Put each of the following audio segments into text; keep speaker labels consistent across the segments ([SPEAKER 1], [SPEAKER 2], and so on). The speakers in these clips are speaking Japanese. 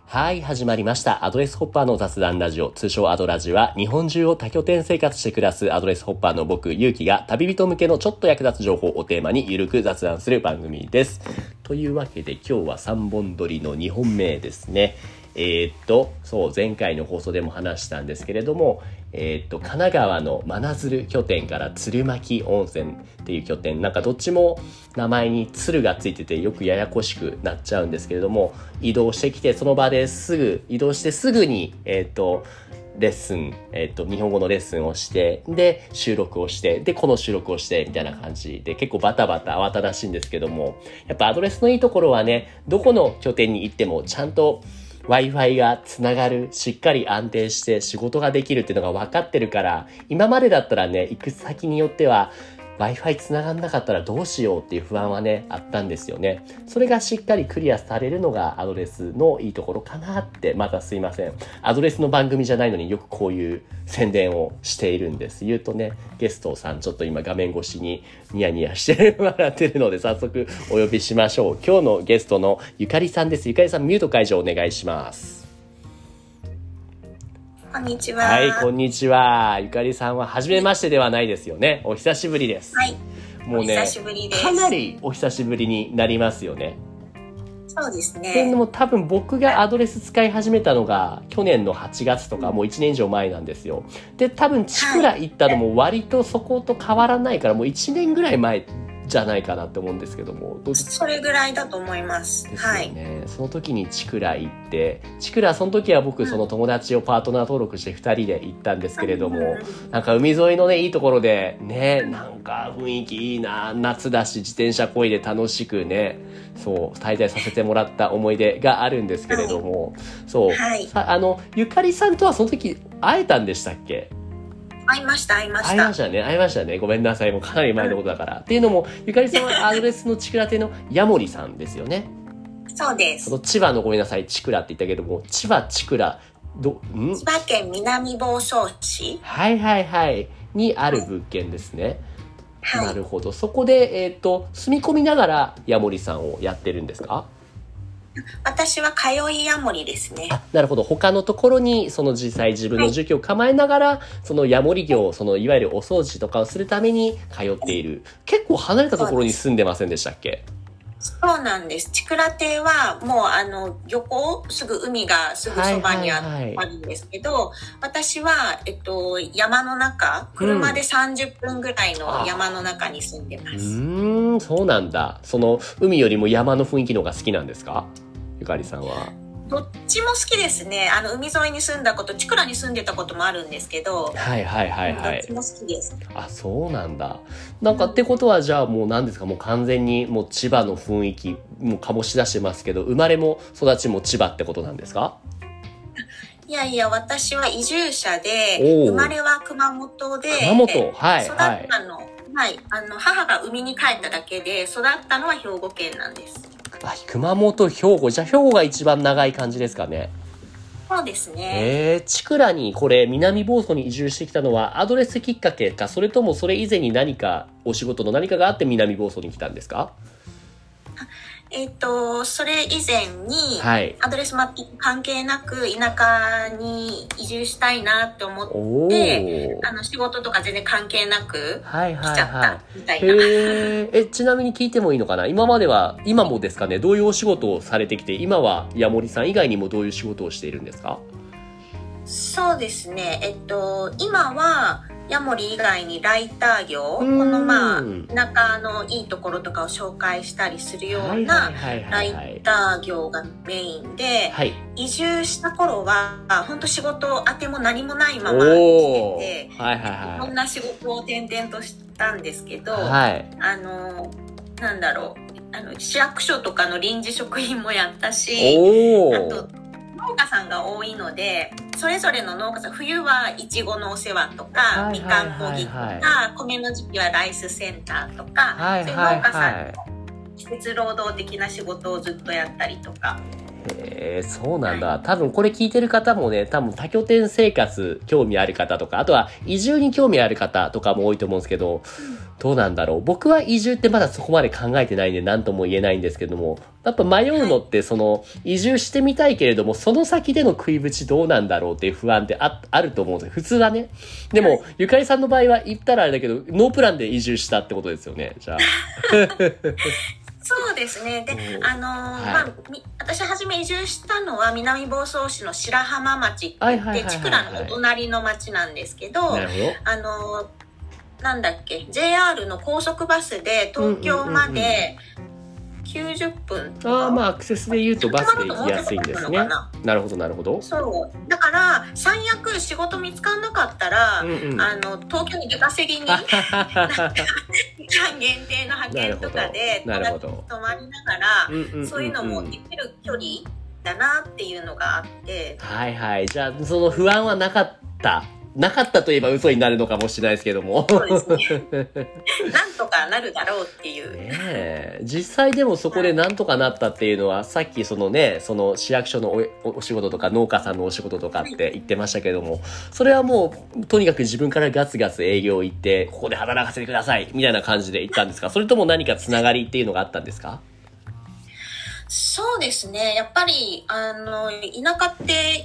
[SPEAKER 1] はい、始まりました。アドレスホッパーの雑談ラジオ、通称アドラジは、日本中を多拠点生活して暮らすアドレスホッパーの僕、ゆうきが旅人向けのちょっと役立つ情報をテーマにゆるく雑談する番組です。というわけで今日は3本撮りの2本目ですね。そう前回の放送でも話したんですけれども、神奈川の真鶴拠点から鶴巻温泉っていう拠点、なんかどっちも名前に鶴がついててよくややこしくなっちゃうんですけれども、移動してきてその場ですぐ移動してすぐにレッスン、日本語のレッスンをして、で、収録をして、で、この収録をして、みたいな感じで、結構バタバタ慌ただしいんですけども、やっぱアドレスのいいところはね、どこの拠点に行ってもちゃんとWi-Fi がつながる、しっかり安定して仕事ができるっていうのが分かってるから、今までだったらね、行く先によっては Wi-Fi つながんなかったらどうしようっていう不安はね、あったんですよね。それがしっかりクリアされるのがアドレスのいいところかなって、またすいません。アドレスの番組じゃないのによくこういう宣伝をしているんです。言うとね、ゲストさんちょっと今画面越しにニヤニヤしてもらってるので早速お呼びしましょう。今日のゲストのゆかりさんです。ゆかりさんミュート解除お願いします。
[SPEAKER 2] こんにちは。
[SPEAKER 1] はい、こんにちは。ゆかりさんは初めましてではないですよね。お久しぶりです。
[SPEAKER 2] はい。
[SPEAKER 1] もうね、
[SPEAKER 2] お久しぶりです。
[SPEAKER 1] かなりお久しぶりになりますよね。
[SPEAKER 2] そうですね。
[SPEAKER 1] でも多分僕がアドレス使い始めたのが去年の8月とかもう1年以上前なんですよ。で、多分チクラ行ったのも割とそこと変わらないからもう1年ぐらい前じゃないかなって思うんですけども。
[SPEAKER 2] それぐらいだと思います。
[SPEAKER 1] ですよね。
[SPEAKER 2] はい。
[SPEAKER 1] その時にチクラ行って、チクラその時は僕その友達をパートナー登録して2人で行ったんですけれども、なんか海沿いのねいいところでね、なんか雰囲気いいな、夏だし自転車漕いで楽しくね、そう滞在させてもらった思い出があるんですけれども、そう、
[SPEAKER 2] はい、
[SPEAKER 1] ゆかりさんとはその時会えたんでしたっけ？
[SPEAKER 2] 会いました。
[SPEAKER 1] 会いましたね。ごめんなさい。もうかなり前のことだから。っていうのも、ゆかりさんはアドレスのチクラ亭のヤモリさんですよね。
[SPEAKER 2] そうです。
[SPEAKER 1] その千葉のごめんなさい、チクラって言ったけども、千葉チクラ、
[SPEAKER 2] 千葉県南房総市
[SPEAKER 1] にある物件ですね。
[SPEAKER 2] はい。
[SPEAKER 1] なるほど。そこで、住み込みながらヤモリさんをやってるんですか？
[SPEAKER 2] 私は通いヤモリですね。
[SPEAKER 1] なるほど。他のところにその実際自分の住居を構えながら、そのヤモリ業、そのいわゆるお掃除とかをするために通っている。結構離れたところに住んでませんでしたっけ？
[SPEAKER 2] そうなんです。チクラ亭はもう漁港すぐ海がすぐそばにあるんですけど、私は山の中、車で30分ぐらいの山の中に住んでます。
[SPEAKER 1] そうなんだ。その海よりも山の雰囲気の方が好きなんですか？ゆかりさんは。
[SPEAKER 2] どっちも好きですね。海沿いに住んだこと、チクラに住んでたこともあるんですけど。どっちも好きです。
[SPEAKER 1] あ、そうなんだ。なんかってことはじゃあもう何ですか、もう完全にもう千葉の雰囲気も醸し出してますけど、生まれも育ちも千葉ってことなんですか？
[SPEAKER 2] いやいや、私は移住者で、生まれは熊本で、
[SPEAKER 1] 育った
[SPEAKER 2] の、母が海に帰っただけで、育ったのは兵庫県なんです。
[SPEAKER 1] 熊本、兵庫。じゃあ兵庫が一番長い感じですかね。
[SPEAKER 2] そうですね。
[SPEAKER 1] チクラにこれ南房総に移住してきたのはアドレスきっかけか、それともそれ以前に何かお仕事の何かがあって南房総に来たんですか？
[SPEAKER 2] それ以前に、アドレスマッピング関係なく田舎に移住したいなって思って、仕事とか全然関係なく来ちゃったみたいな。
[SPEAKER 1] ちなみに聞いてもいいのかな？今までは、今もですかね、どういうお仕事をされてきて、今はヤモリさん以外にもどういう仕事をしているんですか？
[SPEAKER 2] そうですね。今は、ヤモリ以外にライター業、この田舎のいいところとかを紹介したりするようなライター業がメインで、移住した頃は本当仕事当ても何もないまま来てて、いろんな仕事を転々としたんですけど、なんだろう、市役所とかの臨時職員もやったし、あと農家さんが多いので、それぞれの農家さん、冬はイチゴのお世話とか、みかんこぎとか、米の時期はライスセンターとか、そういう農家さんの季節労働的な仕事をずっとやったりとか。
[SPEAKER 1] そうなんだ。多分これ聞いてる方もね、多分多拠点生活興味ある方とか、あとは移住に興味ある方とかも多いと思うんですけど、 どうなんだろう。僕は移住ってまだそこまで考えてないんで何とも言えないんですけども、やっぱ迷うのって移住してみたいけれども、その先での食いぶちどうなんだろうっていう不安ってあると思うんですよ。普通はね。でも、ゆかりさんの場合は言ったらあれだけど、ノープランで移住したってことですよね、じゃあ。
[SPEAKER 2] そうですね。で、私初め移住したのは南房総市の白浜町って言って、千倉のお隣の町なんですけど、なんだっけ、JR の高速バスで東京まで90分とか。
[SPEAKER 1] アクセスで言うとバスで行きやすいんですね。なるほど、なるほど。
[SPEAKER 2] そう。だから、最悪仕事見つかんなかったら、東京に出稼ぎに、期間限定の派遣とかで、泊まりながら、そういうのもできる距離だなっていうのがあって。
[SPEAKER 1] はいはい。じゃあ、その不安はなかったといえば嘘になるのかもしれないですけども。
[SPEAKER 2] そうですね。なんとかなるだろうっていう。
[SPEAKER 1] ねえ。実際でもそこでなんとかなったっていうのは、さっきその市役所のお仕事とか農家さんのお仕事とかって言ってましたけども、それはもう、とにかく自分からガツガツ営業行って、ここで働かせてくださいみたいな感じで行ったんですか？それとも何かつながりっていうのがあったんですか？
[SPEAKER 2] そうですね。やっぱり、田舎って、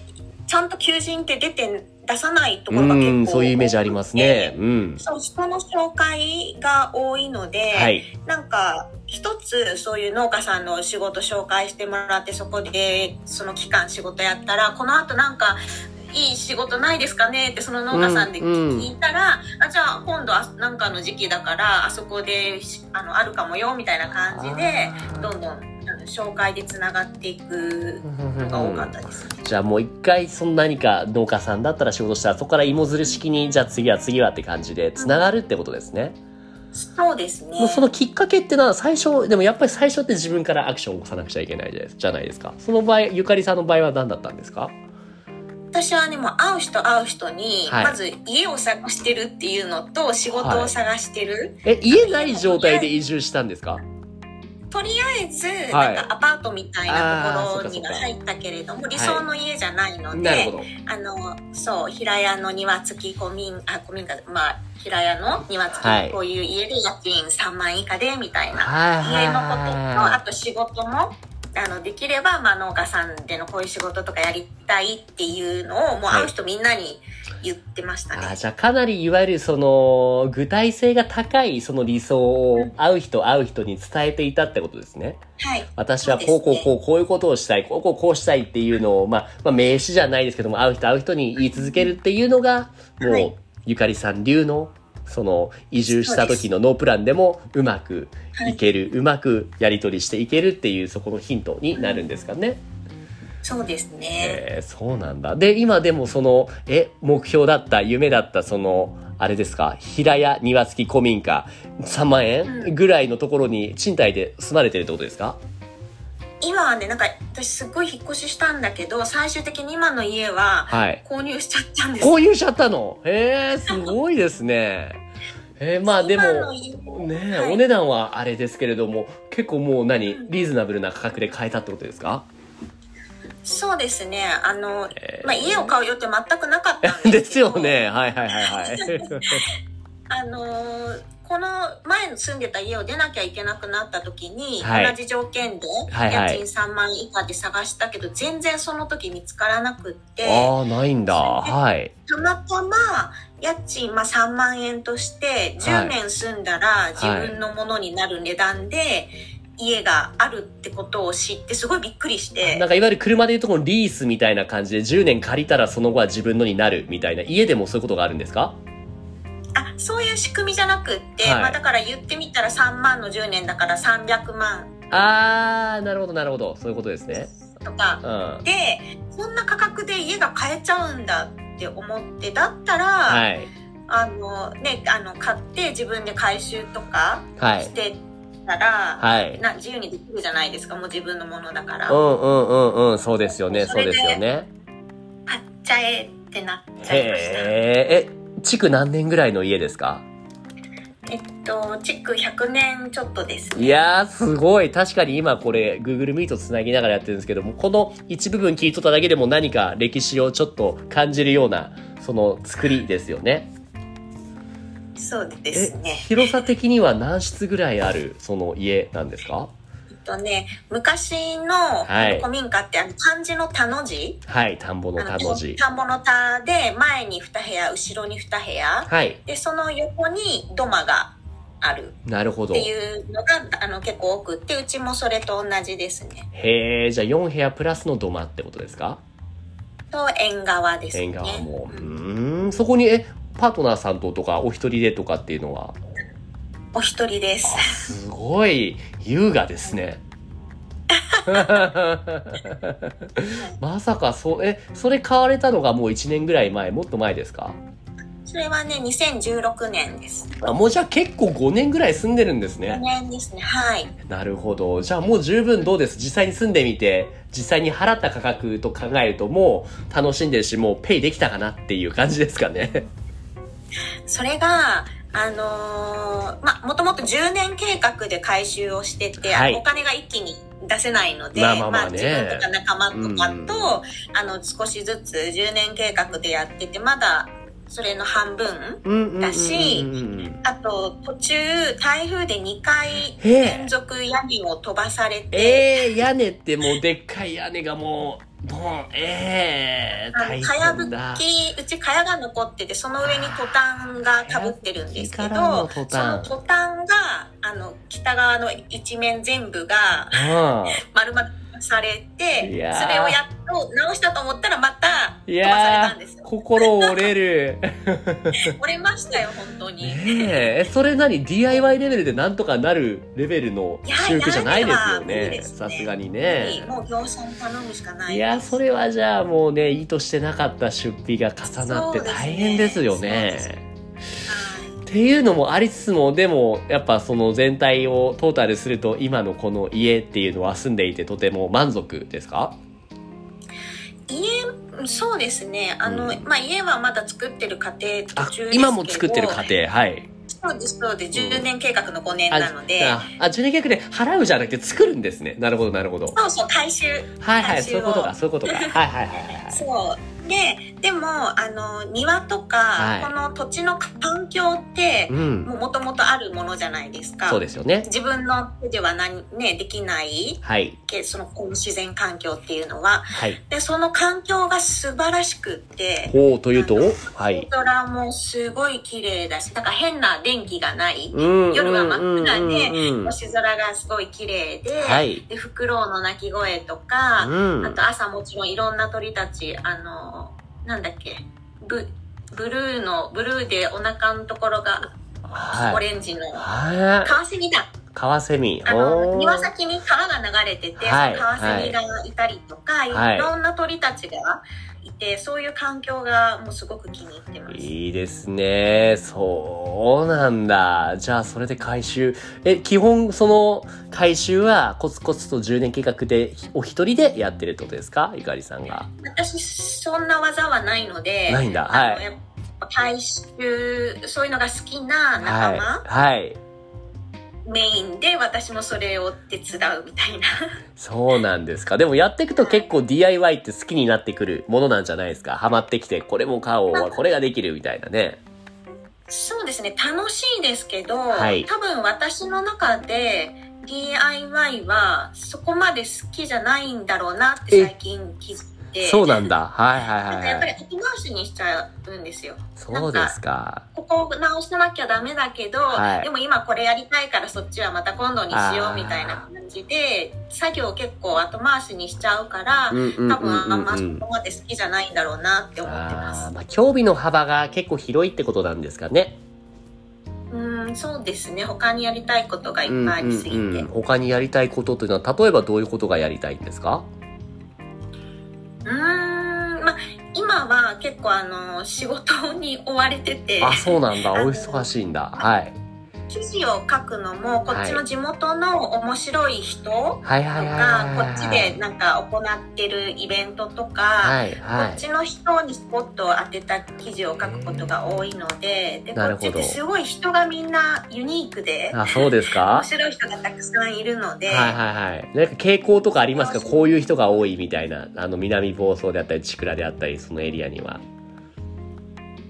[SPEAKER 2] ちゃんと求人って出さないところが結構
[SPEAKER 1] そういうイメージありますね。
[SPEAKER 2] そう、人の紹介が多いので、なんか一つそういう農家さんの仕事紹介してもらって、そこでその期間仕事やったら、この後なんかいい仕事ないですかねってその農家さんで聞いたら、じゃあ今度はなんかの時期だからあそこであるかもよみたいな感じでどんどん紹介でつながっていくのが多かったですね。
[SPEAKER 1] じゃあもう一回何か農家さんだったら仕事したらそこから芋づる式にじゃあ次はって感じでつながるってことですね。
[SPEAKER 2] そうですね。
[SPEAKER 1] もうそのきっかけってのはでもやっぱり最初って自分からアクションを起こさなくちゃいけないじゃないですか。その場合、ゆかりさんの場合は何だったんですか？
[SPEAKER 2] 私はね、もう会う人に、まず家を探してるっていうのと仕事を探してる。
[SPEAKER 1] 家ない状態で移住したんですか？
[SPEAKER 2] とりあえず、なんかアパートみたいなところには入ったけれども、理想の家じゃないので、そう、平屋の庭付き平屋の庭付き、こういう家で家賃3万以下で、みたいな、家のことと、あと仕事も、できれば、農家さんでのこういう仕事とかやりたいっていうのを、もう会う人みんなに言ってましたね。
[SPEAKER 1] じゃあかなりいわゆる具体性が高い理想を会う人に伝えていたってことですね。
[SPEAKER 2] はい。
[SPEAKER 1] 私はこういうことをしたい、こうしたいっていうのを、名詞じゃないですけども、会う人に言い続けるっていうのが、もう、ゆかりさん流の、移住した時のノープランでもうまくいける、うまくやり取りしていけるっていうそこのヒントになるんですかね。
[SPEAKER 2] そうですね。
[SPEAKER 1] そうなんだ。で、今でも目標だった、夢だった、あれですか、平屋庭付き古民家3万円ぐらいのところに賃貸で住まれてるってことですか？
[SPEAKER 2] 今はね、なんか私すっごい引っ越ししたんだけど、最終的に今の家は購入しちゃったんです。
[SPEAKER 1] 購入しちゃったの？すごいですね。でもね、お値段はあれですけれども、結構もうリーズナブルな価格で買えたってことですか？
[SPEAKER 2] そうですね。家を買う予定全くなかったんですけど。
[SPEAKER 1] ですよね。はい
[SPEAKER 2] この前の住んでた家を出なきゃいけなくなった時に、同じ条件で家賃3万以下で探したけど、全然その時見つからなくって。
[SPEAKER 1] ないんだ。はい。
[SPEAKER 2] たまたま家賃3万円として10年住んだら自分のものになる値段で家があるってことを知ってすごいびっくりして。
[SPEAKER 1] なんかいわゆる車でいうとこのリースみたいな感じで10年借りたらその後は自分のになるみたいな、家でもそういうことがあるんですか？
[SPEAKER 2] そういう仕組みじゃなくって、だから言ってみたら3万の10年だから300万。
[SPEAKER 1] なるほど。そういうことですね。
[SPEAKER 2] とか。で、そんな価格で家が買えちゃうんだって思って、だったら、買って自分で回収とかしてたら、自由にできるじゃないですか、もう自分のものだから。
[SPEAKER 1] そうですよね。
[SPEAKER 2] 買っちゃえってなっちゃいました。
[SPEAKER 1] 築何年ぐらいの家ですか？
[SPEAKER 2] 築100年ちょっとですね。
[SPEAKER 1] いやー、すごい。確かに今これ、Google Meet つなぎながらやってるんですけども、この一部分聞いとっただけでも何か歴史をちょっと感じるような、作りですよね。
[SPEAKER 2] そうですね。
[SPEAKER 1] 広さ的には何室ぐらいあるその家なんですか？
[SPEAKER 2] 昔の古民家って漢字の田の字、
[SPEAKER 1] はい、田んぼの田の字。
[SPEAKER 2] 田んぼの田で前に2部屋、後ろに2部屋、
[SPEAKER 1] はい、
[SPEAKER 2] でその横に土間がある。
[SPEAKER 1] なるほど。
[SPEAKER 2] っていうのが結構多くって、うちもそれと同じですね。
[SPEAKER 1] へえ、じゃあ4部屋プラスの土間ってことですか？
[SPEAKER 2] と縁側ですね。
[SPEAKER 1] 縁側も。そこにパートナーさんとかお一人でとかっていうのは？
[SPEAKER 2] お一人です。
[SPEAKER 1] すごい優雅ですね。まさかそれ買われたのがもう1年ぐらい前、もっと前ですか？
[SPEAKER 2] それはね、2016年です。
[SPEAKER 1] もうじゃあ結構5年ぐらい住んでるんですね。
[SPEAKER 2] 5年ですね。はい。
[SPEAKER 1] なるほど。じゃあもう十分どうです？実際に住んでみて、実際に払った価格と考えるともう楽しんでるし、もうペイできたかなっていう感じですかね。
[SPEAKER 2] それが、もともと10年計画で改修をしてて、はい、お金が一気に出せないので、自分とか仲間とかと、少しずつ10年計画でやってて、まだそれの半分だし、あと途中台風で2回連続屋根を飛ばされて、
[SPEAKER 1] 屋根ってもうでっかい屋根がもう大変だ。
[SPEAKER 2] かやぶき、うちかやが残ってて、その上にトタンが被ってるんですけど、そのトタンが北側の一面全部が丸々されて、それをやっと直したと思ったらまた飛ばされたんですよ。
[SPEAKER 1] 心折れる。
[SPEAKER 2] 折れましたよ、本当に。
[SPEAKER 1] それDIY レベルでなんとかなるレベルの修復じゃないですよね。さすがにね。
[SPEAKER 2] もう業者に頼むしかない。
[SPEAKER 1] いや、それはじゃあもうね、意図してなかった出費が重なって大変ですよね。っていうのもありつつも、でもやっぱその全体をトータルすると今のこの家っていうのは住んでいてとても満足ですか？
[SPEAKER 2] そうですね。家はまだ作ってる過程途中ですけど。
[SPEAKER 1] 今も作ってる過程、はい。
[SPEAKER 2] そうです、そうです。10年計画の5年なので。
[SPEAKER 1] 10年計画で払うじゃなくて作るんですね。なるほど、なるほど。
[SPEAKER 2] そうそう、改修。
[SPEAKER 1] はいはい、そういうことか、そういうことか。はいはいはいはい。
[SPEAKER 2] そう。でも、庭とか、この土地の環境って、もともとあるものじゃないですか。
[SPEAKER 1] そうですよね。
[SPEAKER 2] 自分の手ではできない、この自然環境っていうのは。で、その環境が素晴らしくって、
[SPEAKER 1] というと、
[SPEAKER 2] 空もすごい綺麗だし、だから変な電気がない。夜は真っ暗で、星空がすごい綺麗で、で、フクロウの鳴き声とか、あと朝もちろんいろんな鳥たち、なんだっけ、ブルーでお腹のところがオレンジのカワセミだ。
[SPEAKER 1] カワセミ。
[SPEAKER 2] 庭先に川が流れてて、そのカワセミがいたりとか、いろんな鳥たちがいて、そういう環境がもうすごく気に入ってます。
[SPEAKER 1] いいですね。そうなんだ。じゃあそれで改修。基本その改修はコツコツと10年計画でお一人でやってるってことですか？ゆかりさんが。
[SPEAKER 2] 私、そんな技はないので。
[SPEAKER 1] ないんだ。
[SPEAKER 2] やっぱ改修、そういうのが好きな仲間。メインで私もそれを手伝うみたいな。
[SPEAKER 1] そうなんですか。でもやっていくと結構 DIY って好きになってくるものなんじゃないですか。ハマってきて、これも買おう、これができるみたいなね。
[SPEAKER 2] そうですね。楽しいですけど、多分私の中で DIY はそこまで好きじゃないんだろうなって最近気づいて。
[SPEAKER 1] そうなんだ。はいはいはい、はい。
[SPEAKER 2] やっぱり後回しにしちゃうんですよ。
[SPEAKER 1] そうですか。
[SPEAKER 2] ここを直さなきゃダメだけど、でも今これやりたいからそっちはまた今度にしようみたいな感じで、作業結構後回しにしちゃうから、多分あんまそこまで好きじゃないんだろうなって思ってます。
[SPEAKER 1] 興味の幅が結構広いってことなんですかね。
[SPEAKER 2] そうですね。他にやりたいことがいっぱいありすぎて。
[SPEAKER 1] 他にやりたいことというのは、例えばどういうことがやりたいんですか？
[SPEAKER 2] 今は結構仕事に追われてて。
[SPEAKER 1] そうなんだ。お忙しいんだ。はい。
[SPEAKER 2] 記事を書くのも、こっちの地元の面白い人とか、こっちでなんか行ってるイベントとか、こっちの人にスポットを当てた記事を書くことが多いので、こっちってすごい人がみんなユニークで、
[SPEAKER 1] そうですか？
[SPEAKER 2] 面白い人がたくさんいるので、
[SPEAKER 1] なんか傾向とかありますか？こういう人が多いみたいな、南房総であったり、千倉であったり、そのエリアには。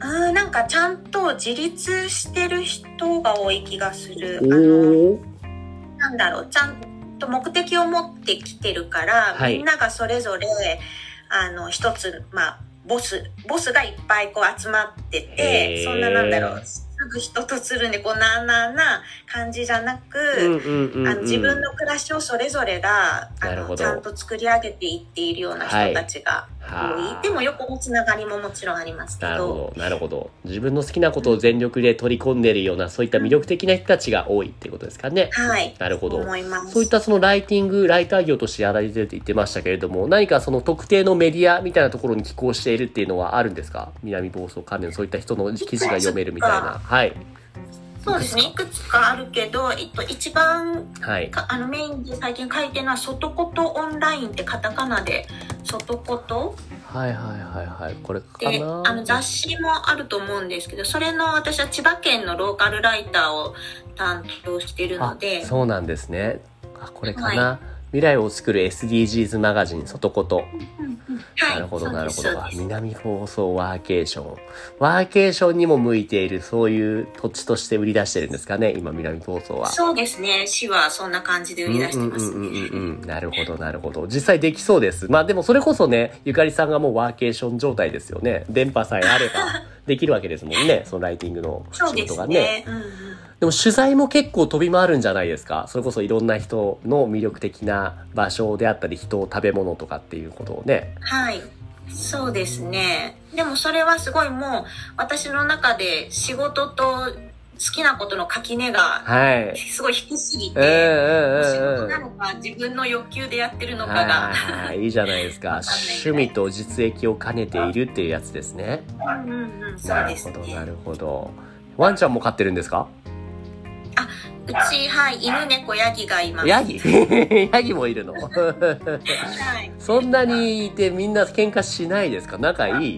[SPEAKER 2] なんかちゃんと自立してる人が多い気がする。なんだろう、ちゃんと目的を持ってきてるから、みんながそれぞれ一つ、ボスがいっぱいこう集まってて、そんななんだろう、すぐ人とするんでこうな感じじゃなく、自分の暮らしをそれぞれがちゃんと作り上げていっているような人たちが多い。でも横のつながりももちろんありますけど。
[SPEAKER 1] なるほど。自分の好きなことを全力で取り込んでいるような、そういった魅力的な人たちが多いっていうことですかね。
[SPEAKER 2] はい。
[SPEAKER 1] なるほど。
[SPEAKER 2] 思います。
[SPEAKER 1] そういったそのライター業としてやられてるって言ってましたけれども、何かその特定のメディアみたいなところに寄稿しているっていうのはあるんですか？南房総関連、そういった人の記事が読めるみたいな。はい。
[SPEAKER 2] そうですね。いくつかあるけど、一番、メインで最近書いてるのは、外ことオンラインってカタカナで、外こと。
[SPEAKER 1] これかな。
[SPEAKER 2] で、雑誌もあると思うんですけど、それの私は千葉県のローカルライターを担当してるので。
[SPEAKER 1] そうなんですね。これかな。未来を作る SDGs マガジン外こと。なるほど。南房総ワーケーションにも向いている、そういう土地として売り出してるんですかね、今南房総は。
[SPEAKER 2] そうですね、市はそんな感じで売り出してますね。
[SPEAKER 1] なるほど。実際できそうです。でもそれこそね、ゆかりさんがもうワーケーション状態ですよね。電波さえあればできるわけですもんね、そのライティングの仕事がね。でも取材も結構飛び回るんじゃないですか。それこそいろんな人の魅力的な場所であったり、人、食べ物とかっていうことをね。
[SPEAKER 2] はい。そうですね。でもそれはすごいもう私の中で仕事と好きなことの垣根がすごい低すぎて、仕事なのか自分の欲求でやってるのかが。
[SPEAKER 1] いいじゃないですか。趣味と実益を兼ねているっていうやつですね。
[SPEAKER 2] そうですね。
[SPEAKER 1] なるほど。ワンちゃんも飼ってるんですか？
[SPEAKER 2] うち、犬、猫、ヤギがいます。
[SPEAKER 1] ヤギもいるの？そんなにいてみんな喧嘩しないですか？仲いい？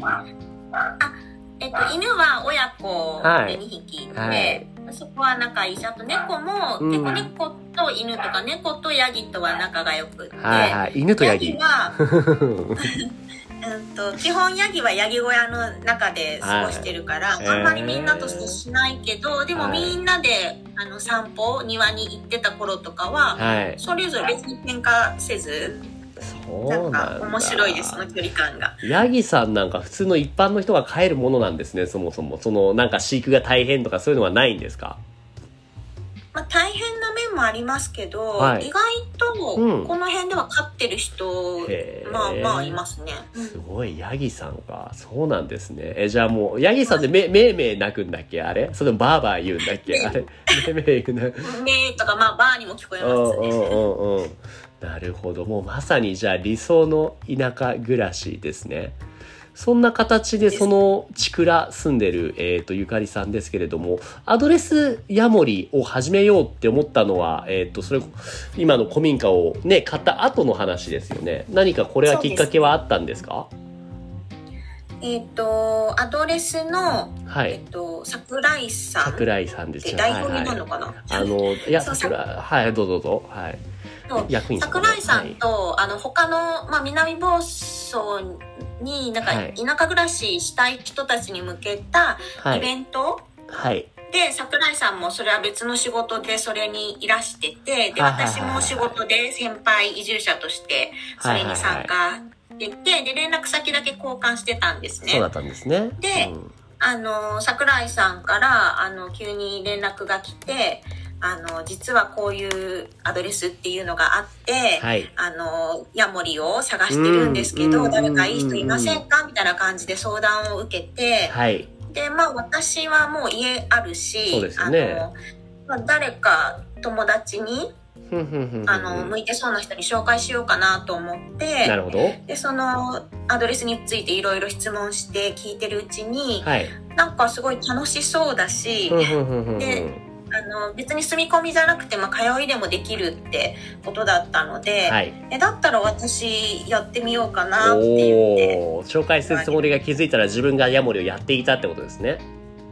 [SPEAKER 2] 犬は親子で2匹いて、そこは仲いいし、あと猫も、結構猫と犬とか猫とヤギとは仲が良くって、
[SPEAKER 1] 犬とヤギ
[SPEAKER 2] は基本ヤギはヤギ小屋の中で過ごしてるから、あんまりみんなとしてしないけど、でもみんなで散歩庭に行ってた頃とかは、それぞれ別に喧嘩せず、なんか面白いです、その距離感が。
[SPEAKER 1] ヤギさんなんか普通の一般の人が飼えるものなんですね、そもそも。そのなんか飼育が大変とかそういうのはないんですか？
[SPEAKER 2] 大変な面もありますけど、意外とこの辺では飼ってる人、いますね。
[SPEAKER 1] すごい、ヤギさんか。そうなんですね。じゃあもうヤギさんでめー鳴くんだっけ、あれ？それバーバー言うんだっけ、あれ？めー言うな。
[SPEAKER 2] めーとかバーにも聞こえますね。
[SPEAKER 1] なるほど。もうまさにじゃあ理想の田舎暮らしですね。そんな形でそのチクラ住んでる、ゆかりさんですけれども、アドレスヤモリを始めようって思ったのは、それ、今の古民家をね、買った後の話ですよね。何かこれはきっかけはあったんですか？
[SPEAKER 2] アドレスの、桜井さん。
[SPEAKER 1] 桜井さんですよ。
[SPEAKER 2] 代表になるのかな？
[SPEAKER 1] どうぞ。はい。
[SPEAKER 2] 桜井さんと、他の、南房総になんか田舎暮らししたい人たちに向けたイベント、で、桜井さんもそれは別の仕事でそれにいらしてて、で、私も仕事で先輩移住者としてそれに参加してて、で、連絡先だけ交換してたんですね。
[SPEAKER 1] そうだったんですね。
[SPEAKER 2] で、桜井さんから急に連絡が来て、実はこういうアドレスっていうのがあって、ヤモリを探してるんですけど、誰かいい人いませんかみたいな感じで相談を受けて、で、私はもう家あるし、
[SPEAKER 1] そうですね。
[SPEAKER 2] 誰か友達に、向いてそうな人に紹介しようかなと思って、
[SPEAKER 1] なるほど。
[SPEAKER 2] で、そのアドレスについていろいろ質問して聞いてるうちに、なんかすごい楽しそうだし、で、別に住み込みじゃなくて、通いでもできるってことだったので、だったら私やってみようかなって言って。
[SPEAKER 1] 紹介するつもりが気づいたら自分がヤモリをやっていたってことですね。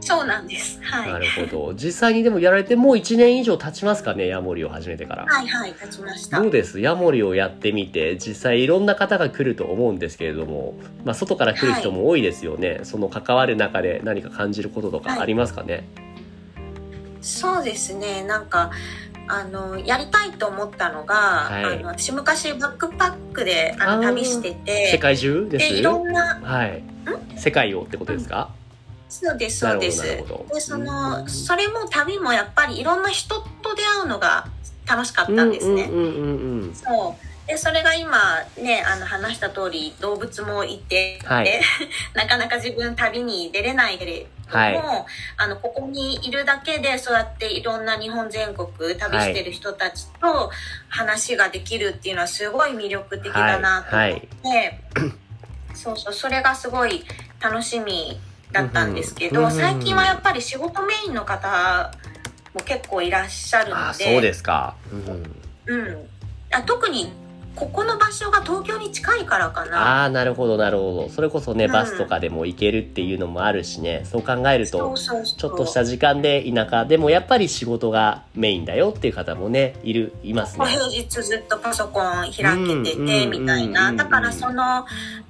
[SPEAKER 2] そうなんです。はい。
[SPEAKER 1] なるほど。実際にでもやられてもう1年以上経ちますかね、ヤモリを始めてから。
[SPEAKER 2] はいはい、経ちました。
[SPEAKER 1] どうです？ヤモリをやってみて、実際いろんな方が来ると思うんですけれども、まあ外から来る人も多いですよね。はい、その関わる中で何か感じることとかありますかね？はい、
[SPEAKER 2] そうですね。なんか、やりたいと思ったのが、はい、私昔バックパックで旅してて、
[SPEAKER 1] 世界中です？
[SPEAKER 2] でいろんな、
[SPEAKER 1] はい、世界をってことですか？
[SPEAKER 2] そうですそうです。でそれも旅もやっぱりいろんな人と出会うのが楽しかったんですね。そうでそれが今ね話した通り動物もいて、はい、なかなか自分旅に出れないけれども、はい、ここにいるだけでそうやっていろんな日本全国旅してる人たちと話ができるっていうのはすごい魅力的だなと思って、はいはい、そうそれがすごい楽しみだったんですけど、最近はやっぱり仕事メインの方も結構いらっしゃるので。
[SPEAKER 1] そうですか。
[SPEAKER 2] 特にここの場所が東京に近いからかな。
[SPEAKER 1] なるほどなるほど。それこそね、バスとかでも行けるっていうのもあるしね、そう考えるとちょっとした時間で田舎でもやっぱり仕事がメインだよっていう方もねいますね。
[SPEAKER 2] 平日ずっとパソコン開けててみたいな。だからその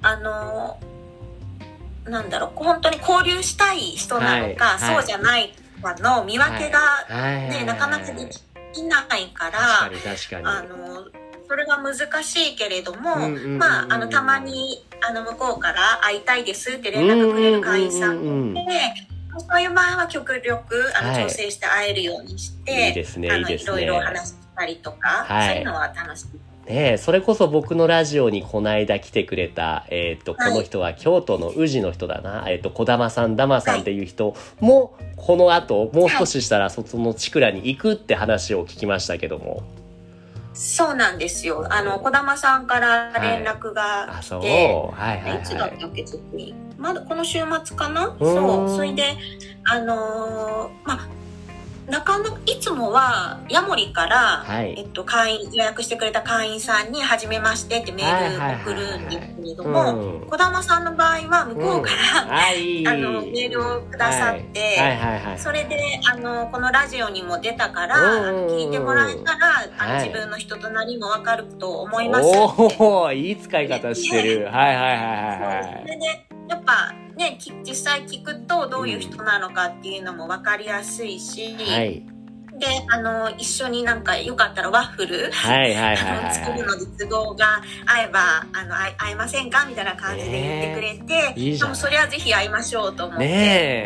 [SPEAKER 2] なんだろう、本当に交流したい人なのか、そうじゃないかの見分けがね、なかなかできないから、
[SPEAKER 1] 確かに
[SPEAKER 2] それが難しいけれども、まあ、たまに向こうから会いたいですって連絡くれる会員さんで、そういう場合は極力調整して会えるようにして、いろいろ話したりとか、そういうのは楽しい。
[SPEAKER 1] それこそ僕のラジオにこの間来てくれた、この人は京都の宇治の人だな、小玉さん、ダマさんっていう人も、この後、もう少ししたらそのチクラに行くって話を聞きましたけども。
[SPEAKER 2] そうなんですよ。小玉さんから連絡が来て、いつだったっけ、まだこの週末かな？そう。それで、いつもはヤモリから、会員予約してくれた会員さんに初めましてってメール送るんですけれども、小玉さんの場合は向こうから、メールをくださって、それでこのラジオにも出たから聞いてもらえたら、自分の人となりも分かると思いますって。
[SPEAKER 1] いい使い方してる。
[SPEAKER 2] それでやっぱね、実際聞くとどういう人なのかっていうのも分かりやすいし、で、一緒になんかよかったらワッフル作るので都合が合えば、会えませんかみたいな感じで言ってくれて、でもそれはぜひ会いましょうと思って、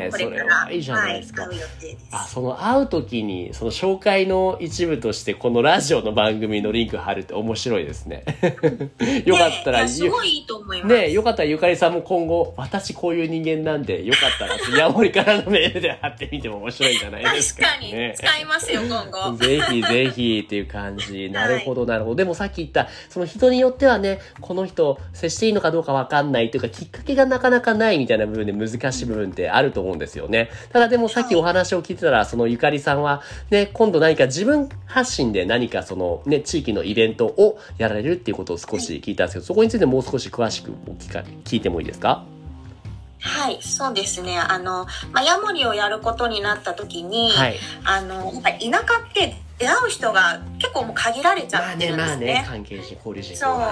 [SPEAKER 2] これから
[SPEAKER 1] いいじゃないですか。
[SPEAKER 2] 会う予定です。
[SPEAKER 1] その会う時に、その紹介の一部として、このラジオの番組のリンク貼るって面白いですね。よかったら、
[SPEAKER 2] すごいいいと思います。
[SPEAKER 1] よかったらゆかりさんも今後、私こういう人間なんで、よかったら、ヤモリからのメールで貼ってみても面白いんじゃないですか。
[SPEAKER 2] 確かに、使いますよ、今後。
[SPEAKER 1] ぜひぜひっていう感じ。なるほど、なるほど。でもさっき言った、その人によってはね、この人接していいのかどうかわかんないというか、きっかけがなかなかないみたいな部分で難しい部分ってあると思うんですよね。ただでもさっきお話を聞いてたら、そのゆかりさんはね、今度何か自分発信で何かそのね、地域のイベントをやられるっていうことを少し聞いたんですけど、そこについてもう少し詳しく聞いてもいいですか？
[SPEAKER 2] はい、そうですね。ヤモリをやることになった時に、やっぱ田舎って出会う人が結構もう限られちゃってるんですね。
[SPEAKER 1] 関係人、交流人口。
[SPEAKER 2] そう。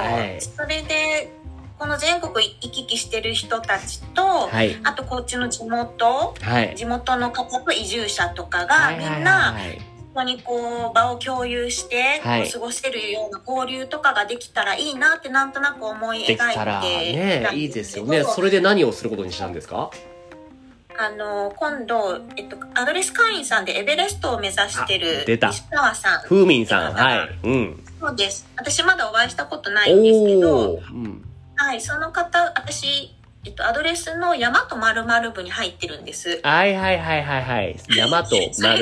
[SPEAKER 2] それで、この全国行き来してる人たちと、あとこっちの地元の方と移住者とかがみんな、ここにこう場を共有して過ごせるような交流とかができたらいいなってなんとなく思い描いて
[SPEAKER 1] できたらね、いいですよね。それで何をすることにしたんですか？
[SPEAKER 2] 今度、アドレス会員さんでエベレストを目指してる石川さん。
[SPEAKER 1] 風民さん。
[SPEAKER 2] そうです。私まだお会いしたことないんですけど、その方、私、アドレスの山と〇〇部に入ってるんです。
[SPEAKER 1] 山と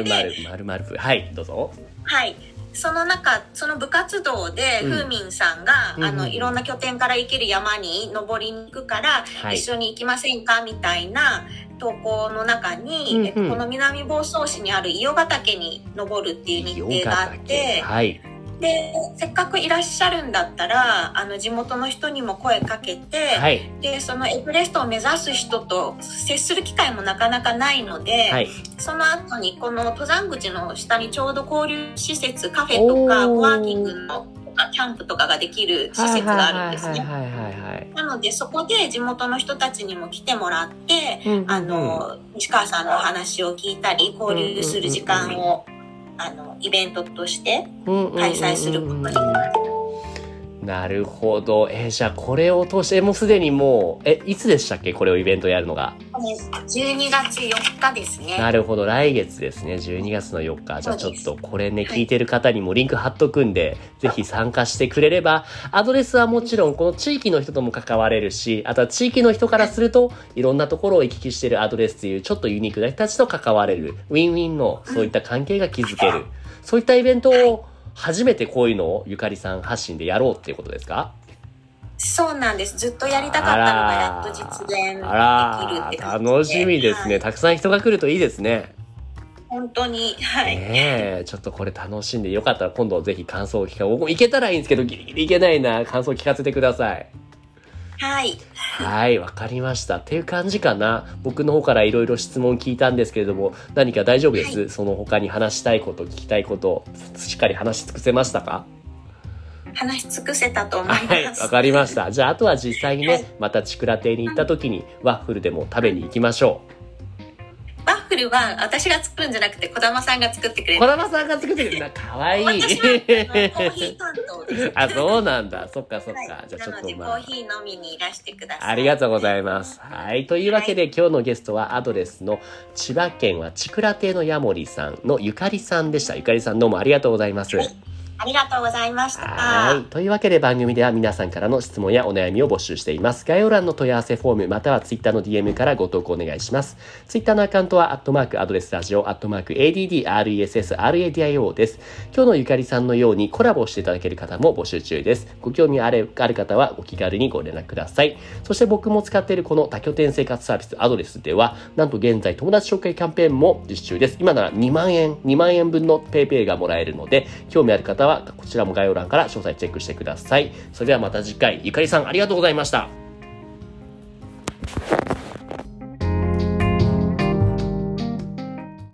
[SPEAKER 1] 〇〇部。はい、どうぞ。
[SPEAKER 2] はい。その部活動で、風民さんが、いろんな拠点から行ける山に登りに行くから、一緒に行きませんかみたいな投稿の中に、この南房総市にある伊予ヶ岳に登るっていう日程があって、 で、せっかくいらっしゃるんだったら、地元の人にも声かけて、はい、で、そのエベレストを目指す人と接する機会もなかなかないので、はい、その後にこの登山口の下にちょうど交流施設、カフェとか、ワーキングのキャンプとかができる施設があるんですね。なので、そこで地元の人たちにも来てもらって、西川さんの話を聞いたり、交流する時間を、イベントとして開催することになります。
[SPEAKER 1] なるほど。じゃあこれを通して、もうすでにもう、いつでしたっけこれをイベントやるのが。
[SPEAKER 2] 12月4日ですね。
[SPEAKER 1] なるほど。来月ですね。12月の4日。じゃあちょっとこれね、聞いてる方にもリンク貼っとくんで、ぜひ参加してくれれば、アドレスはもちろんこの地域の人とも関われるし、あとは地域の人からすると、いろんなところを行き来してるアドレスというちょっとユニークな人たちと関われる、ウィンウィンのそういった関係が築ける。そういったイベントを初めてこういうのをゆかりさん発信でやろうっていうことですか？
[SPEAKER 2] そうなんです。ずっとやりたかったのがやっと実現できるって感じで。
[SPEAKER 1] 楽しみですね、はい。たくさん人が来るといいですね。
[SPEAKER 2] 本当に。はい。
[SPEAKER 1] ちょっとこれ楽しんでよかったら今度ぜひ感想を聞かせて、僕も行けたらいいんですけど、ギリギリ行けないな。感想を聞かせてください。
[SPEAKER 2] はい。
[SPEAKER 1] はい、わかりました。っていう感じかな。僕の方からいろいろ質問聞いたんですけれども、何か大丈夫です？はい、その他に話したいこと、聞きたいこと、しっかり話し尽くせましたか？
[SPEAKER 2] 話し尽くせたと思います。
[SPEAKER 1] はい、わかりました。じゃあ、あとは実際にね、はい、またチクラ亭に行った時にワッフルでも食べに行きましょう。
[SPEAKER 2] ワッフルは私が作るんじゃなくて児玉さんが作ってくれる。
[SPEAKER 1] 児玉さんが作ってくれるんだ。かわいい。
[SPEAKER 2] 私はコーヒー担当です。
[SPEAKER 1] あ、そうなんだ。そっかそっか。はい、
[SPEAKER 2] じゃあちょっとコーヒー飲みにいらしてください。
[SPEAKER 1] ありがとうございます。はい。というわけで、今日のゲストはアドレスの千葉県はチクラ亭のヤモリさんのゆかりさんでした。ゆかりさんどうもありがとうございます。
[SPEAKER 2] はい、ありがとうございました。
[SPEAKER 1] はい。というわけで番組では皆さんからの質問やお悩みを募集しています。概要欄の問い合わせフォームまたはツイッターの DM からご投稿お願いします。ツイッターのアカウントはアドレスラジオ@ADDRESSRADIO です。今日のゆかりさんのようにコラボしていただける方も募集中です。ご興味ある方はお気軽にご連絡ください。そして僕も使っているこの多拠点生活サービスアドレスでは、なんと現在友達紹介キャンペーンも実施中です。今なら2万円分のペイペイがもらえるので、興味ある方はこちらも概要欄から詳細チェックしてください。それではまた次回、ゆかりさんありがとうございました。